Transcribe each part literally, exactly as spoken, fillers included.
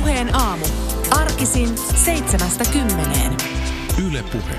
Puheen aamu. Arkisin seitsemästä kymmeneen. Yle Puhe.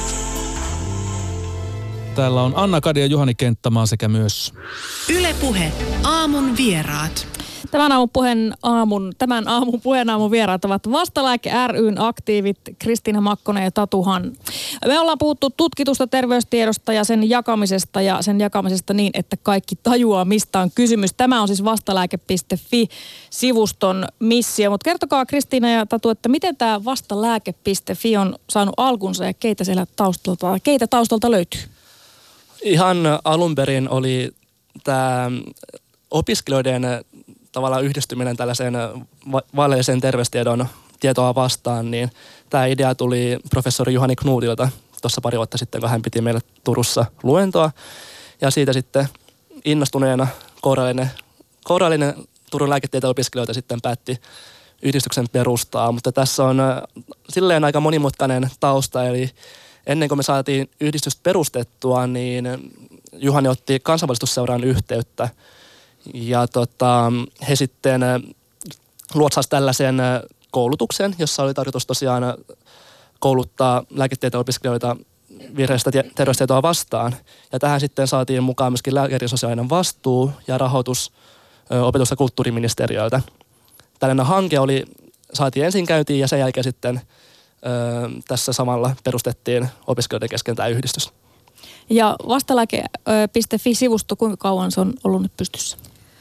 Täällä on Anna Kadi ja Juhani Kenttämaa sekä myös Yle Puhe. Aamun vieraat. Tämän aamun puheen aamun, tämän aamun puheen aamun vieraat ovat Vastalääke ry:n aktiivit Kristiina Makkonen ja Tatu Han. Me ollaan puhuttu tutkitusta terveystiedosta ja sen jakamisesta ja sen jakamisesta niin, että kaikki tajuaa, mistä on kysymys. Tämä on siis vastalääke piste fi-sivuston missio. Mutta kertokaa Kristiina ja Tatu, että miten tämä vastalääke piste fi on saanut alkunsa ja keitä siellä taustalta, keitä taustalta löytyy? Ihan alun perin oli tämä opiskelijoiden tavallaan yhdistyminen tällaiseen va- vaaleelliseen terveystiedon tietoa vastaan, niin tämä idea tuli professori Juhani Knuutilta tuossa pari vuotta sitten, kun hän piti meille Turussa luentoa. Ja siitä sitten innostuneena kourallinen, kourallinen Turun lääketieteen opiskelijoita sitten päätti yhdistyksen perustaa. Mutta tässä on silleen aika monimutkainen tausta, eli ennen kuin me saatiin yhdistystä perustettua, niin Juhani otti kansanvalistusseuraan yhteyttä. Ja tota, he sitten luotsasivat tällaisen koulutuksen, jossa oli tarkoitus tosiaan kouluttaa lääketieteen opiskelijoita virheistä terveystietoa vastaan. Ja tähän sitten saatiin mukaan myöskin lääkärin sosiaalinen vastuu ja rahoitus opetus- ja kulttuuriministeriöltä. Tällainen hanke oli, saatiin ensin käyntiin ja sen jälkeen sitten ö, tässä samalla perustettiin opiskelijoiden kesken tämä yhdistys. Ja vastalääke piste fi-sivusto, kuinka kauan se on ollut nyt pystyssä?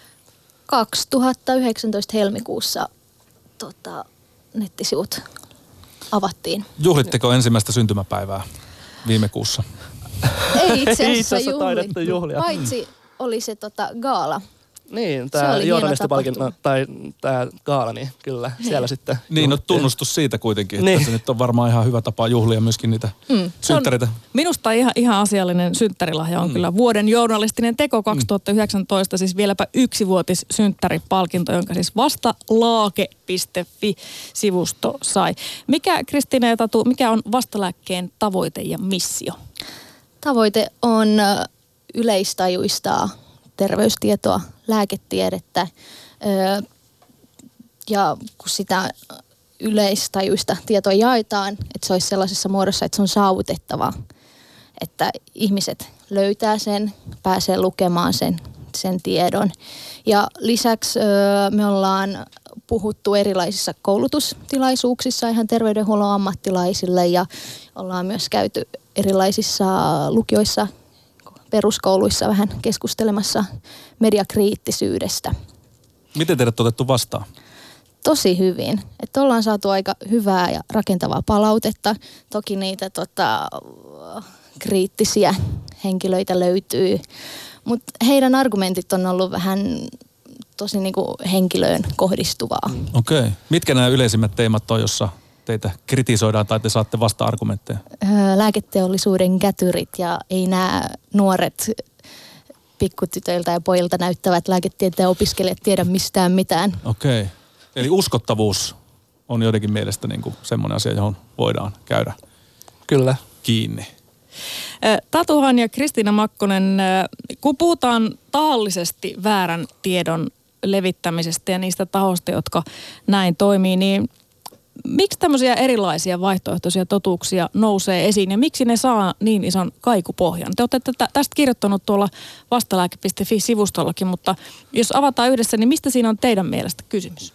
kaksituhattayhdeksäntoista helmikuussa tota, nettisivut avattiin. Juhlitteko ensimmäistä syntymäpäivää viime kuussa? Ei itse Ei asiassa itse taidettu juhlia. paitsi oli se tota, gaala. Niin, tämä journalistipalkinto tai tämä gaala, niin kyllä, niin. Siellä sitten. Niin, no tunnustus siitä kuitenkin, että niin. se nyt on varmaan ihan hyvä tapa juhlia myöskin niitä mm. synttäreitä. Minusta ihan, ihan asiallinen synttärilahja on mm. kyllä vuoden journalistinen teko kaksituhattayhdeksäntoista, mm. siis vieläpä yksivuotis synttäripalkinto, jonka siis vastalääke piste fi-sivusto sai. Mikä, Kristiina ja Tatu, mikä on vastalääkkeen tavoite ja missio? Tavoite on yleistajuistaa terveystietoa, lääketiedettä ja kun sitä yleistajuista tietoa jaetaan, että se olisi sellaisessa muodossa, että se on saavutettava, että ihmiset löytää sen, pääsee lukemaan sen, sen tiedon. Ja lisäksi me ollaan puhuttu erilaisissa koulutustilaisuuksissa ihan terveydenhuollon ammattilaisille ja ollaan myös käyty erilaisissa lukioissa, peruskouluissa vähän keskustelemassa mediakriittisyydestä. Miten teidät on otettu vastaan? Tosi hyvin. Että ollaan saatu aika hyvää ja rakentavaa palautetta. Toki niitä tota, kriittisiä henkilöitä löytyy, mutta heidän argumentit on ollut vähän tosi niinku henkilöön kohdistuvaa. Okei. Okay. Mitkä nämä yleisimmät teemat on, jossa teitä kritisoidaan tai te saatte vasta-argumentteja? Lääketeollisuuden kätyrit ja ei nämä nuoret pikkutytöiltä ja pojilta näyttävät lääketieteen opiskelijat tiedä mistään mitään. Okei. Okay. Eli uskottavuus on jotenkin mielestä niin kuin semmoinen asia, johon voidaan käydä Kyllä. kiinni. Tatu Han ja Kristiina Makkonen, kun puhutaan tahallisesti väärän tiedon levittämisestä ja niistä tahoista, jotka näin toimii, niin miksi tämmöisiä erilaisia vaihtoehtoisia totuuksia nousee esiin ja miksi ne saa niin ison kaikupohjan? Te olette tästä kirjoittanut tuolla vastalääke piste fi-sivustollakin, mutta jos avataan yhdessä, niin mistä siinä on teidän mielestä kysymys?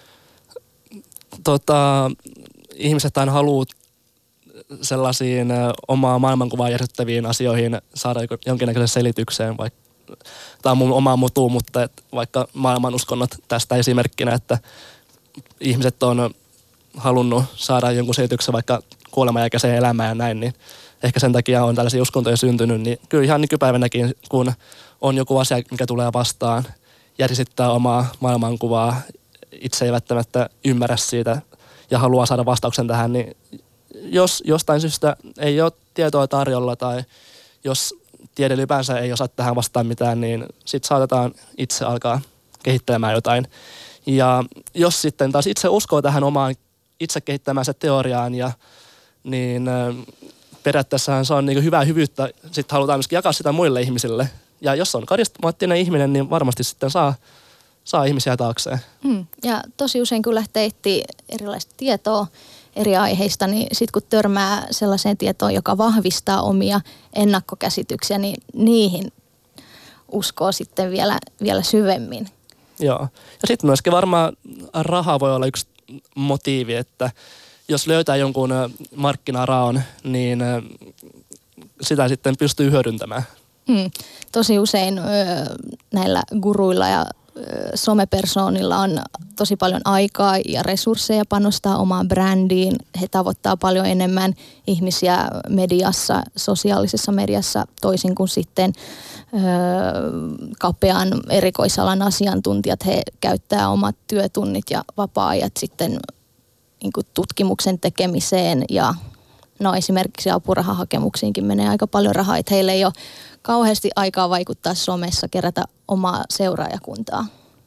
Tota, ihmiset aina haluaa sellaisiin omaa maailmankuvaa järjettäviin asioihin saada jonkinnäköisen selitykseen, vaikka tämä on mun oma mutu, mutta et vaikka maailmanuskonnot tästä esimerkkinä, että ihmiset on halunnut saada jonkun selityksen vaikka kuoleman jälkeiseen elämään ja näin, niin ehkä sen takia on tällaisia uskontoja syntynyt, niin kyllä ihan nykypäivänäkin, kun on joku asia, mikä tulee vastaan, järjestää omaa maailmankuvaa, itse ei välttämättä ymmärrä siitä ja haluaa saada vastauksen tähän, niin jos jostain syystä ei ole tietoa tarjolla tai jos tiede ylipäänsä ei osaa tähän vastaan mitään, niin sitten saatetaan itse alkaa kehittelemään jotain. Ja jos sitten taas itse uskoo tähän omaan itse kehittämäänsä teoriaan, ja, niin periaatteessahan se on niin hyvää hyvyyttä. Sitten halutaan myöskin jakaa sitä muille ihmisille. Ja jos on karismaattinen ihminen, niin varmasti sitten saa saa ihmisiä taakseen. Mm. Ja tosi usein kun lähtee etsiä erilaista tietoa eri aiheista, niin sitten kun törmää sellaiseen tietoon, joka vahvistaa omia ennakkokäsityksiä, niin niihin uskoo sitten vielä, vielä syvemmin. Joo. Ja sitten myöskin varmaan raha voi olla yksi motiivi, että jos löytää jonkun markkinaraon, niin sitä sitten pystyy hyödyntämään. Hmm. Tosi usein ö, näillä guruilla ja ö, somepersoonilla on tosi paljon aikaa ja resursseja panostaa omaan brändiin. He tavoittaa paljon enemmän ihmisiä mediassa, sosiaalisessa mediassa, toisin kuin sitten ö, kapean erikoisalan asiantuntijat. He käyttää omat työtunnit ja vapaa-ajat sitten niin kuin tutkimuksen tekemiseen ja no esimerkiksi apurahahakemuksiinkin menee aika paljon rahaa, että heillä ei ole kauheasti aikaa vaikuttaa somessa, kerätä omaa seuraajakuntaa.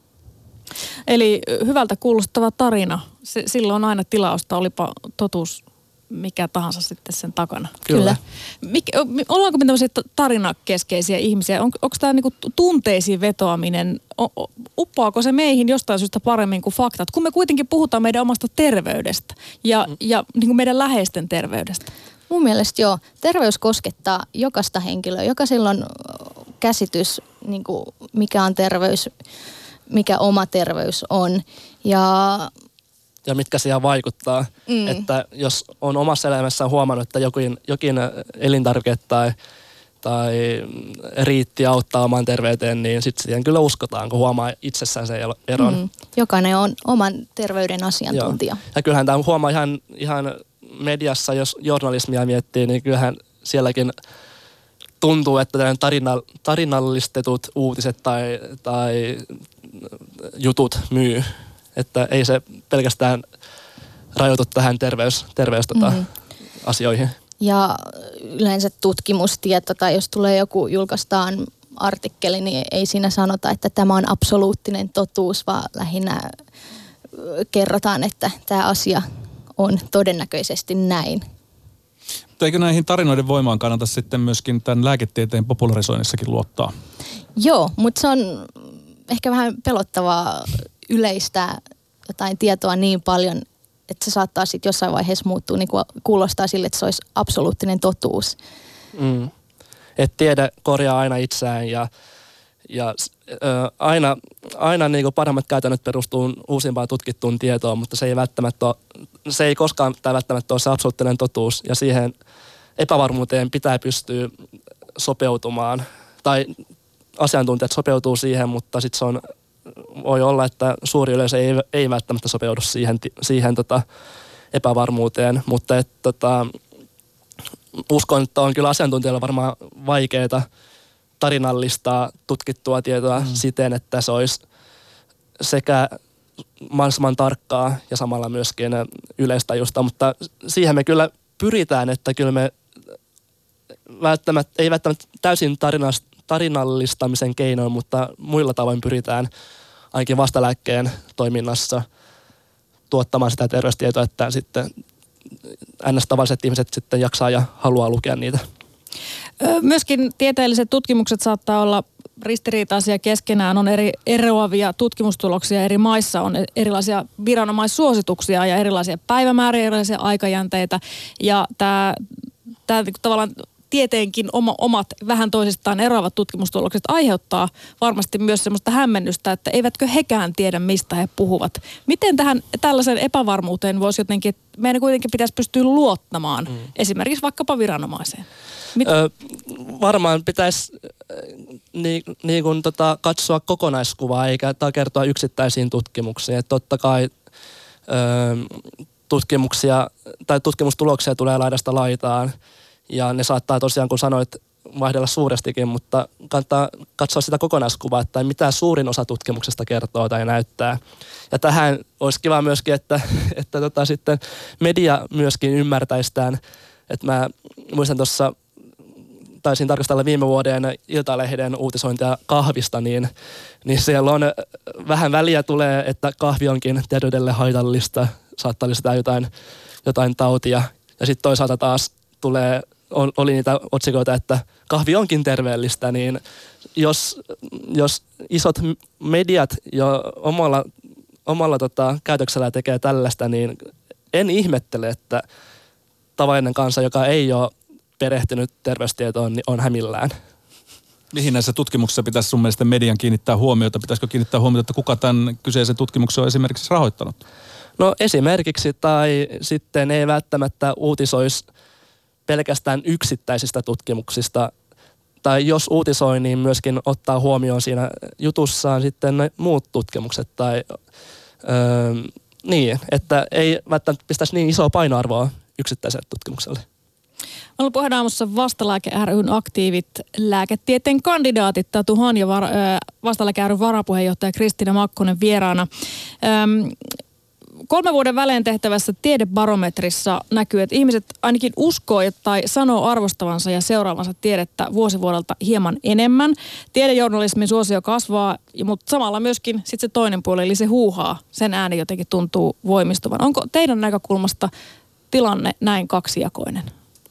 Eli hyvältä kuulostava tarina. Se, silloin on aina tilausta, olipa totuus mikä tahansa sitten sen takana. Kyllä. Mik, ollaanko me tämmöisiä tarinakeskeisiä ihmisiä? On, onko tämä niinku tunteisiin vetoaminen, o, o, uppoako se meihin jostain syystä paremmin kuin faktat? Kun me kuitenkin puhutaan meidän omasta terveydestä ja, mm. ja niinku meidän läheisten terveydestä. Mun mielestä joo. Terveys koskettaa jokaista henkilöä. Jokaisella on käsitys, niin kuin mikä on terveys, mikä oma terveys on. Ja, ja mitkä siihen vaikuttaa. Mm. Että jos on omassa elämässään huomannut, että jokin, jokin elintarvike tai, tai riitti auttaa oman terveyteen, niin sitten siihen kyllä uskotaan, kun huomaa itsessään sen eron. Mm. Jokainen on oman terveyden asiantuntija. Joo. Ja kyllähän tämä huomaa ihan, ihan mediassa, jos journalismia miettii, niin kyllähän sielläkin tuntuu, että tarina, tarinallistetut uutiset tai, tai jutut myy. Että ei se pelkästään rajoitu tähän terveys, terveys tota, mm-hmm. asioihin. Ja yleensä tutkimustieto tai jos tulee joku julkaistaan artikkeli, niin ei siinä sanota, että tämä on absoluuttinen totuus, vaan lähinnä kerrotaan, että tämä asia on todennäköisesti näin. Eikö näihin tarinoiden voimaan kannata sitten myöskin tämän lääketieteen popularisoinnissakin luottaa? Joo, mutta se on ehkä vähän pelottavaa yleistää jotain tietoa niin paljon, että se saattaa sitten jossain vaiheessa muuttua, niin kuulostaa sille, että se olisi absoluuttinen totuus. Mm. Et tiede korjaa aina itseään ja, ja ö, aina, aina niin kuin parhaimmat käytännöt perustuu uusimpaan tutkittuun tietoon, mutta se ei välttämättä ole, se ei koskaan tai välttämättä ole se absoluuttinen totuus ja siihen epävarmuuteen pitää pystyä sopeutumaan. Tai asiantuntijat sopeutuu siihen, mutta sitten se on, voi olla, että suuri yleisö ei, ei välttämättä sopeudu siihen, siihen tota epävarmuuteen, mutta et, tota, uskon, että on kyllä asiantuntijoilla varmaan vaikeaa tarinallistaa tutkittua tietoa mm. siten, että se olisi sekä mahdollisimman tarkkaa ja samalla myöskin yleistajusta, mutta siihen me kyllä pyritään, että kyllä me välttämättä, ei välttämättä täysin tarinallistamisen keinoin, mutta muilla tavoin pyritään ainakin vastalääkkeen toiminnassa tuottamaan sitä terveystietoa, että sitten ns. Tavalliset ihmiset sitten jaksaa ja haluaa lukea niitä. Myöskin tieteelliset tutkimukset saattaa olla ristiriitaisia keskenään, on eri eroavia tutkimustuloksia eri maissa, on erilaisia viranomaissuosituksia ja erilaisia päivämääriä, erilaisia aikajänteitä ja tämä, tämä tavallaan tieteenkin oma, omat vähän toisistaan eroavat tutkimustulokset aiheuttaa varmasti myös semmoista hämmennystä, että eivätkö hekään tiedä, mistä he puhuvat. Miten tähän tällaisen epävarmuuteen voisi jotenkin, meidän kuitenkin pitäisi pystyä luottamaan, mm. esimerkiksi vaikkapa viranomaiseen? Mit- Ö, varmaan pitäisi niin, niin kuin tota, katsoa kokonaiskuvaa eikä kertoa yksittäisiin tutkimuksiin. Et totta kai ö, tutkimuksia tai tutkimustuloksia tulee laidasta laitaan. Ja ne saattaa tosiaan, kun sanoit, vaihdella suurestikin, mutta kannattaa katsoa sitä kokonaiskuvaa, että mitä suurin osa tutkimuksesta kertoo tai näyttää. Ja tähän olisi kiva myöskin, että, että tota sitten media myöskin ymmärtäisi tämän. Että mä muistan tuossa, taisin tarkastella viime vuoden Iltalehden uutisointia kahvista, niin, niin siellä on vähän väliä tulee, että kahvi onkin terveydelle haitallista, saattaa lisätä jotain, jotain tautia. Ja sitten toisaalta taas tulee oli niitä otsikoita, että kahvi onkin terveellistä, niin jos, jos isot mediat jo omalla, omalla tota, käytöksellä tekee tällaista, niin en ihmettele, että tavallinen kansa, joka ei ole perehtynyt terveystietoon, niin on hämillään. Mihin näissä tutkimuksissa pitäisi sun mielestä median kiinnittää huomiota? Pitäisikö kiinnittää huomiota, että kuka tämän kyseisen tutkimuksen on esimerkiksi rahoittanut? No esimerkiksi, tai sitten ei välttämättä uutisoisi pelkästään yksittäisistä tutkimuksista, tai jos uutisoi, niin myöskin ottaa huomioon siinä jutussaan sitten ne muut tutkimukset, tai öö, niin, että ei välttämättä pistäisi niin isoa painoarvoa yksittäiselle tutkimukselle. On ollut Puheen aamussa Vastalääke ry:n aktiivit, lääketieteen kandidaatit Tatu Han ja var, ö, Vastalääke ry:n varapuheenjohtaja Kristiina Makkonen vieraana. Öm, kolmen vuoden välein tehtävässä tiedebarometrissa näkyy, että ihmiset ainakin uskoo tai sanoo arvostavansa ja seuraavansa tiedettä vuosi vuodelta hieman enemmän. Tiedejournalismin suosio kasvaa, mutta samalla myöskin sit se toinen puoli, eli se huuhaa, sen ääni jotenkin tuntuu voimistuvan. Onko teidän näkökulmasta tilanne näin kaksijakoinen?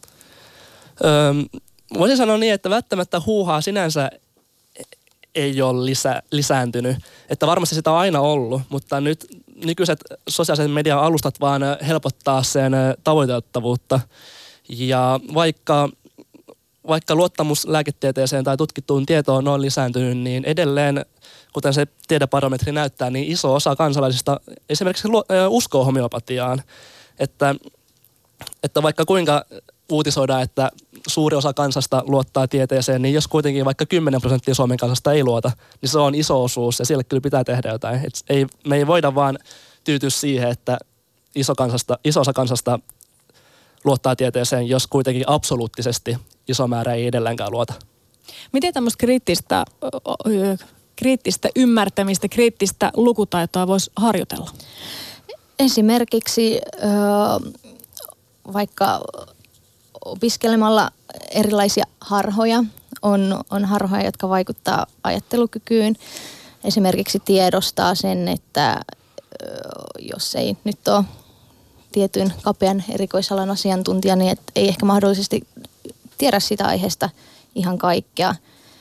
Öö, voisin sanoa niin, että välttämättä huuhaa sinänsä ei ole lisä, lisääntynyt. Että varmasti sitä on aina ollut, mutta nyt nykyiset sosiaalisen median alustat vaan helpottaa sen tavoitettavuutta. Ja vaikka, vaikka luottamus lääketieteeseen tai tutkittuun tietoon on lisääntynyt, niin edelleen, kuten se tiedebarometri näyttää, niin iso osa kansalaisista esimerkiksi uskoo homeopatiaan. Että, että vaikka kuinka uutisoidaan, että suuri osa kansasta luottaa tieteeseen, niin jos kuitenkin vaikka kymmenen prosenttia Suomen kansasta ei luota, niin se on iso osuus ja sille kyllä pitää tehdä jotain. Et ei, me ei voida vaan tyytyä siihen, että iso, kansasta, iso osa kansasta luottaa tieteeseen, jos kuitenkin absoluuttisesti iso määrä ei edelleenkään luota. Miten tämmöistä kriittistä, kriittistä ymmärtämistä, kriittistä lukutaitoa voisi harjoitella? Esimerkiksi vaikka opiskelemalla erilaisia harhoja. On, on harhoja, jotka vaikuttaa ajattelukykyyn. Esimerkiksi tiedostaa sen, että jos ei nyt ole tietyn kapean erikoisalan asiantuntija, niin et ei ehkä mahdollisesti tiedä sitä aiheesta ihan kaikkea.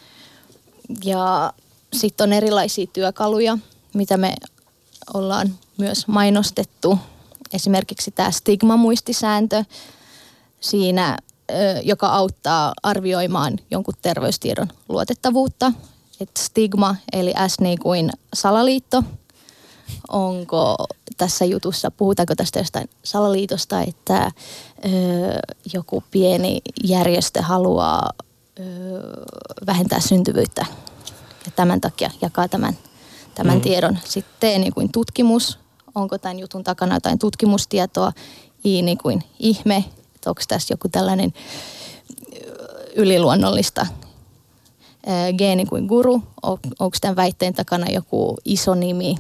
Ja sitten on erilaisia työkaluja, mitä me ollaan myös mainostettu. Esimerkiksi tämä stigma-muistisääntö siinä, joka auttaa arvioimaan jonkun terveystiedon luotettavuutta. Et stigma, eli S niin kuin salaliitto. Onko tässä jutussa, puhutaanko tästä jostain salaliitosta, että ö, joku pieni järjestö haluaa ö, vähentää syntyvyyttä ja tämän takia jakaa tämän, tämän mm. tiedon. Sitten niin kuin tutkimus, onko tämän jutun takana jotain tutkimustietoa, I niin kuin ihme, että onko tässä joku tällainen yliluonnollista, G niin kuin guru, onko tämän väitteen takana joku iso nimi,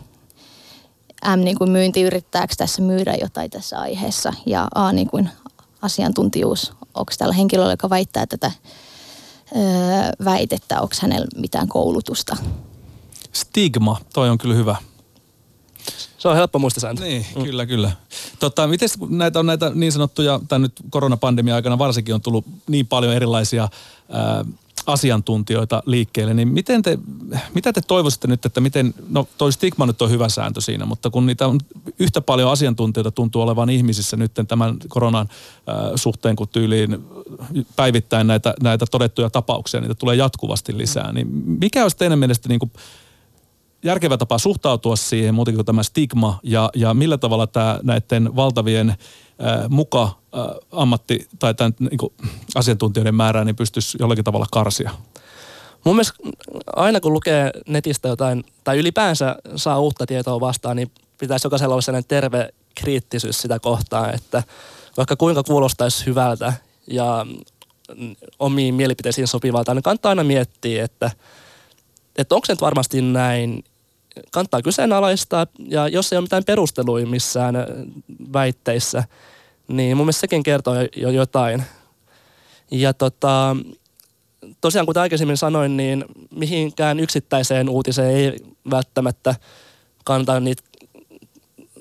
M niin kuin myynti, yrittääkö tässä myydä jotain tässä aiheessa, ja A niin kuin asiantuntijuus, onko tällä henkilöllä, joka väittää tätä öö, väitettä, onko hänellä mitään koulutusta. Stigma, toi on kyllä hyvä. Se on helppo muistisääntö. Niin, mm. kyllä, kyllä. Tota, miten näitä on näitä niin sanottuja, tai nyt koronapandemian aikana varsinkin on tullut niin paljon erilaisia ää, asiantuntijoita liikkeelle, niin miten te, mitä te toivoisitte nyt, että miten, no toi stigma nyt on hyvä sääntö siinä, mutta kun niitä on yhtä paljon asiantuntijoita tuntuu olevan ihmisissä nyt tämän koronan äh, suhteen, kun tyyliin päivittäin näitä, näitä todettuja tapauksia, niitä tulee jatkuvasti lisää, niin mikä olisi teidän mielestä niin kuin järkevä tapa suhtautua siihen, muutenkin kuin tämä stigma, ja, ja millä tavalla tämä näiden valtavien äh, muka äh, ammatti- tai tämän niin kuin asiantuntijoiden määrää niin pystyisi jollakin tavalla karsia? Mun mielestä aina kun lukee netistä jotain, tai ylipäänsä saa uutta tietoa vastaan, niin pitäisi jokaisella olla sellainen terve kriittisyys sitä kohtaan, että vaikka kuinka kuulostaisi hyvältä ja omiin mielipiteisiin sopivalta, niin kannattaa aina miettiä, että, että onko se nyt varmasti näin. Kannattaa kyseenalaistaa, ja jos ei ole mitään perusteluja missään väitteissä, niin mun mielestä sekin kertoo jo jotain. Ja tota, tosiaan kuten aikaisemmin sanoin, niin mihinkään yksittäiseen uutiseen ei välttämättä kannata niitä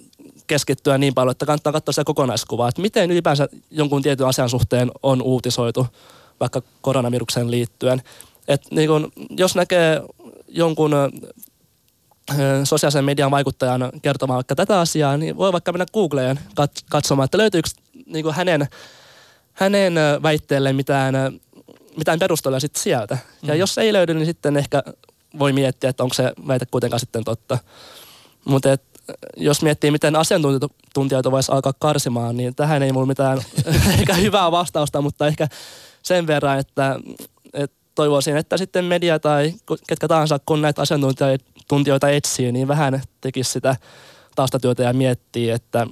keskittyä niin paljon, että kannattaa katsoa sitä kokonaiskuvaa, että miten ylipäänsä jonkun tietyn asian suhteen on uutisoitu vaikka koronavirukseen liittyen. Et niin kun, jos näkee jonkun ö, sosiaalisen median vaikuttajan kertomaan vaikka tätä asiaa, niin voi vaikka mennä Googleen kat- katsomaan, että löytyykö niin kun hänen, hänen väitteelle mitään, mitään perusteluja sitten sieltä. Mm. Ja jos ei löydy, niin sitten ehkä voi miettiä, että onko se väite kuitenkaan sitten totta. Mutta jos miettii, miten asiantuntijoita voisi alkaa karsimaan, niin tähän ei mulla mitään ehkä hyvää vastausta, mutta ehkä sen verran, että, että toivoisin, että sitten media tai ketkä tahansa, kun näitä asiantuntijoita etsii, niin vähän tekisi sitä taustatyötä ja miettii, että,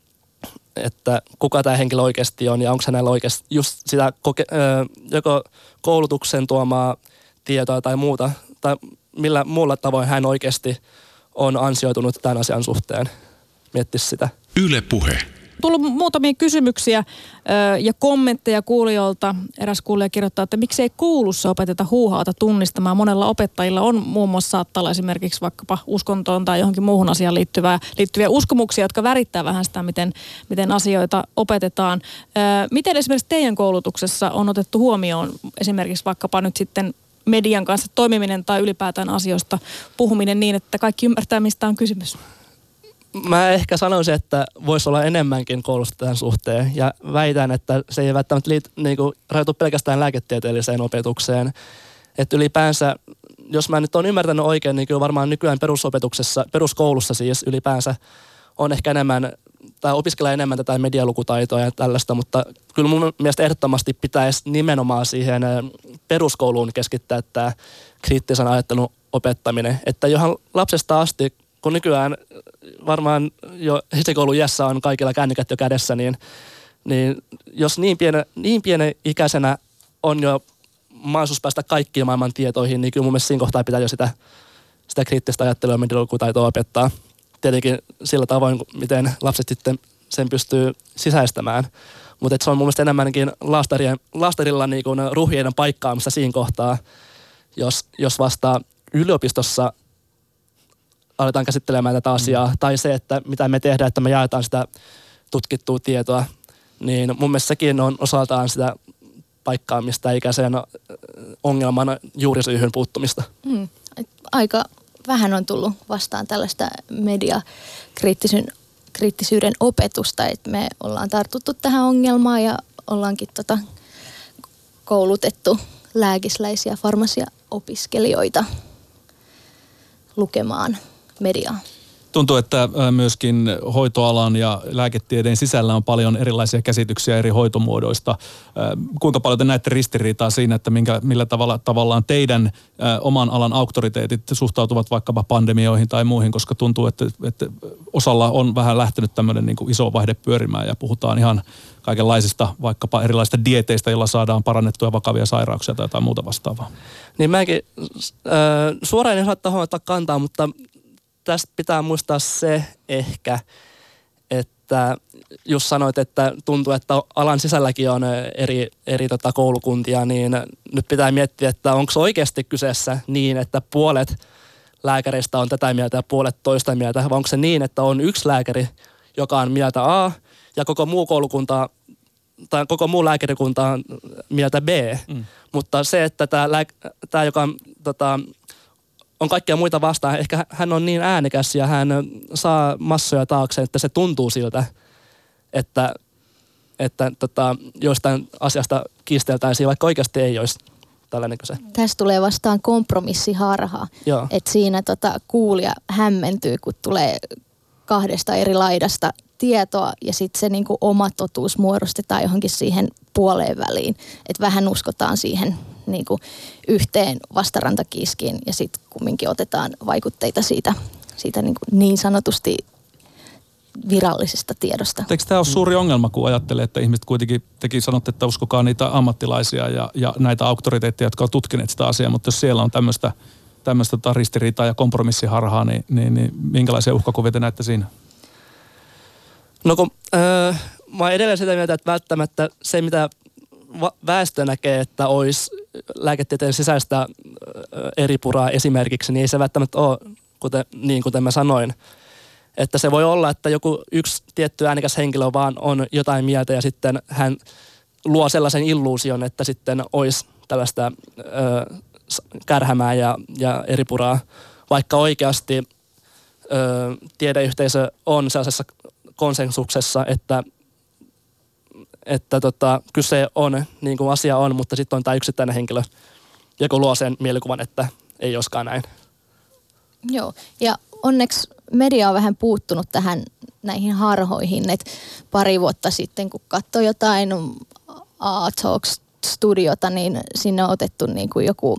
että kuka tämä henkilö oikeasti on ja onko hänellä oikeasti just sitä koke- joko koulutuksen tuomaa tietoa tai muuta, tai millä muulla tavoin hän oikeasti on ansioitunut tämän asian suhteen. Miettisi sitä. Yle Puhe. Tullut muutamia kysymyksiä ö, ja kommentteja kuulijoilta. Eräs kuulija kirjoittaa, että miksei koulussa opeteta huuhaata tunnistamaan. Monella opettajilla on muun muassa saattaa olla esimerkiksi vaikkapa uskontoon tai johonkin muuhun asiaan liittyvää, liittyviä uskomuksia, jotka värittää vähän sitä, miten, miten asioita opetetaan. Ö, miten esimerkiksi teidän koulutuksessa on otettu huomioon esimerkiksi vaikkapa nyt sitten median kanssa toimiminen tai ylipäätään asioista puhuminen niin, että kaikki ymmärtää, mistä on kysymys? Mä ehkä sanoisin, että voisi olla enemmänkin koulusta tämän suhteen ja väitän, että se ei välttämättä liit, niinku, rajoitu pelkästään lääketieteelliseen opetukseen. Että ylipäänsä, jos mä nyt olen ymmärtänyt oikein, niin kyllä varmaan nykyään perusopetuksessa, peruskoulussa siis ylipäänsä on ehkä enemmän, tai opiskella enemmän tätä medialukutaitoa ja tällaista, mutta kyllä mun mielestä ehdottomasti pitäisi nimenomaan siihen peruskouluun keskittää tämä kriittisen ajattelun opettaminen. Että johan lapsesta asti, kun nykyään varmaan jo esikoulun iässä on kaikilla kännykät jo kädessä, niin, niin jos niin pienen, niin pienen ikäisenä on jo mahdollisuus päästä kaikkiin maailman tietoihin, niin kyllä mun mielestä siinä kohtaa pitää jo sitä, sitä kriittistä ajattelua ja medialukutaitoa opettaa. Tietenkin sillä tavoin, miten lapset sitten sen pystyy sisäistämään. Mutta se on mun mielestä enemmänkin lastarilla niin kuin ruhjeiden paikkaamista siinä kohtaa, jos, jos vasta yliopistossa aletaan käsittelemään tätä asiaa, mm. tai se, että mitä me tehdään, että me jaetaan sitä tutkittua tietoa, niin mun mielestä sekin on osaltaan sitä paikkaamista eikä sen ongelman juurisyyhyn puuttumista. Mm. Aika vähän on tullut vastaan tällaista mediakriittisyyden opetusta, että me ollaan tartuttu tähän ongelmaan ja ollaankin tota koulutettu lääkisläisiä farmasiaopiskelijoita lukemaan mediaa. Tuntuu, että myöskin hoitoalan ja lääketieteen sisällä on paljon erilaisia käsityksiä eri hoitomuodoista. Kuinka paljon te näette ristiriitaa siinä, että minkä, millä tavalla tavallaan teidän oman alan auktoriteetit suhtautuvat vaikkapa pandemioihin tai muihin, koska tuntuu, että, että osalla on vähän lähtenyt tämmöinen niin kuin iso vaihde pyörimään ja puhutaan ihan kaikenlaisista vaikkapa erilaisista dieeteistä, joilla saadaan parannettua vakavia sairauksia tai jotain muuta vastaavaa. Niin mäkin äh, suoraan en saa ottaa kantaa, mutta tästä pitää muistaa se ehkä, että just sanoit, että tuntuu, että alan sisälläkin on eri, eri tota koulukuntia, niin nyt pitää miettiä, että onko oikeasti kyseessä niin, että puolet lääkäristä on tätä mieltä ja puolet toista mieltä, vai onko se niin, että on yksi lääkäri, joka on mieltä A ja koko muu koulukunta tai koko muu lääkärikunta on mieltä B. Mm. Mutta se, että tämä, lääk- tämä joka on tota, on kaikkia muita vastaan. Ehkä hän on niin äänekäs ja hän saa massoja taakse, että se tuntuu siltä, että, että tota, jostain asiasta kiisteltäisiin, vaikka oikeasti ei olisi tällainen kyse. Tässä tulee vastaan kompromissiharha. Että siinä tota, kuulija hämmentyy, kun tulee kahdesta eri laidasta tietoa ja sitten se niinku oma totuus muodostetaan johonkin siihen puoleen väliin. Että vähän uskotaan siihen niinku yhteen vastarantakiiskiin ja sitten kumminkin otetaan vaikutteita siitä, siitä niinku niin sanotusti virallisesta tiedosta. Eikö tämä ole suuri ongelma, kun ajattelee, että ihmiset kuitenkin, tekin sanotte, että uskokaa niitä ammattilaisia ja, ja näitä auktoriteetteja, jotka on tutkineet sitä asiaa, mutta jos siellä on tämmöistä tämmöistä ristiriitaa ja kompromissiharhaa, niin, niin, niin minkälaisia uhkakuvia te näette siinä? No kun öö, mä oon edelleen sitä mieltä, että välttämättä se, mitä va- väestö näkee, että olisi lääketieteen sisäistä öö, eri puraa esimerkiksi, niin ei se välttämättä ole kuten, niin kuten mä sanoin. Että se voi olla, että joku yksi tietty äänekäs henkilö vaan on jotain mieltä ja sitten hän luo sellaisen illuusion, että sitten olisi tällaista ö, kärhämää ja, ja eripuraa, vaikka oikeasti ö, tiedeyhteisö on sellaisessa konsensuksessa, että, että tota, kyse on niin kuin asia on, mutta sitten on tämä yksittäinen henkilö, joka luo sen mielikuvan, että ei olisikaan näin. Joo, ja onneksi media on vähän puuttunut tähän näihin harhoihin, että pari vuotta sitten, kun katsoi jotain A-Talks-studiota, niin sinne on otettu niin kuin joku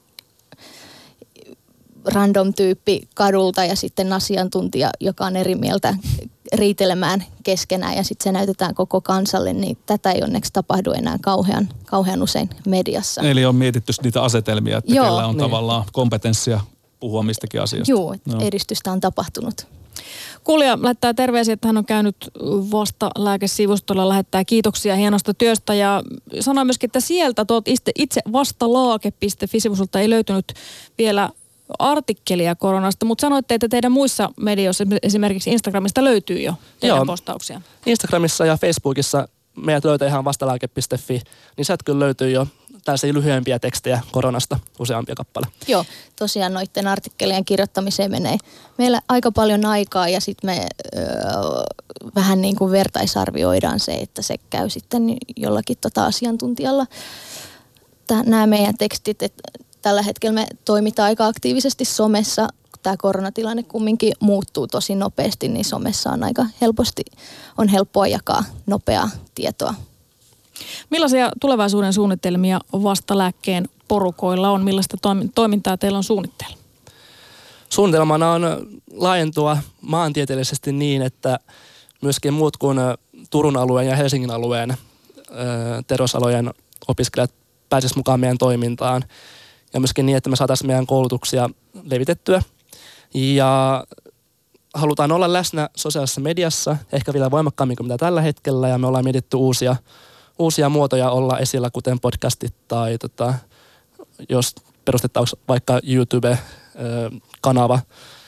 random tyyppi kadulta ja sitten asiantuntija, joka on eri mieltä riitelemään keskenään ja sitten se näytetään koko kansalle, niin tätä ei onneksi tapahdu enää kauhean, kauhean usein mediassa. Eli on mietitty niitä asetelmia, että Joo, kellä on niin. tavallaan kompetenssia puhua mistäkin asiasta. Joo, että Joo. edistystä on tapahtunut. Kuulija lähettää terveisiä, että hän on käynyt vasta lääkesivustolla, lähettää kiitoksia hienosta työstä ja sanoi myöskin, että sieltä tuot itse vastalaake piste fi-sivustolta ei löytynyt vielä artikkelia koronasta, mutta sanoitte, että teidän muissa medioissa, esimerkiksi Instagramista löytyy jo teidän Joo. postauksia. Instagramissa ja Facebookissa meidät löytää ihan vastalaake piste fi, niin sieltä kyllä löytyy jo tällaisia lyhyempiä tekstejä koronasta, useampia kappale. Joo, tosiaan noiden artikkelien kirjoittamiseen menee meillä aika paljon aikaa ja sitten me öö, vähän niin kuin vertaisarvioidaan se, että se käy sitten jollakin tota asiantuntijalla. Nämä meidän tekstit, että tällä hetkellä me toimitaan aika aktiivisesti somessa. Tämä koronatilanne kumminkin muuttuu tosi nopeasti, niin somessa on aika helposti, on helppoa jakaa nopeaa tietoa. Millaisia tulevaisuuden suunnitelmia vastalääkkeen porukoilla on? Millaista toimintaa teillä on suunnitteilla? Suunnitelmana on laajentua maantieteellisesti niin, että myöskin muut kuin Turun alueen ja Helsingin alueen terveysalojen opiskelijat pääsisivät mukaan meidän toimintaan. Ja myöskin niin, että me saataisiin meidän koulutuksia levitettyä. Ja halutaan olla läsnä sosiaalisessa mediassa, ehkä vielä voimakkaammin kuin mitä tällä hetkellä. Ja me ollaan mietitty uusia, uusia muotoja olla esillä, kuten podcastit tai tota, jos perustettaisiin vaikka YouTube-kanava.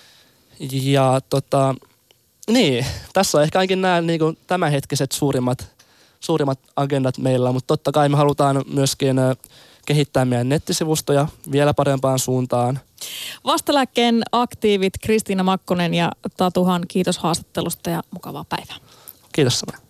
Ja tota, niin, tässä on ehkä ainakin nämä niin kuin tämänhetkiset suurimmat, suurimmat agendat meillä, mutta totta kai me halutaan myöskin kehittää meidän nettisivustoja vielä parempaan suuntaan. Vastalääkkeen aktiivit Kristiina Makkonen ja Tatu Han, kiitos haastattelusta ja mukavaa päivää. Kiitos Sanna.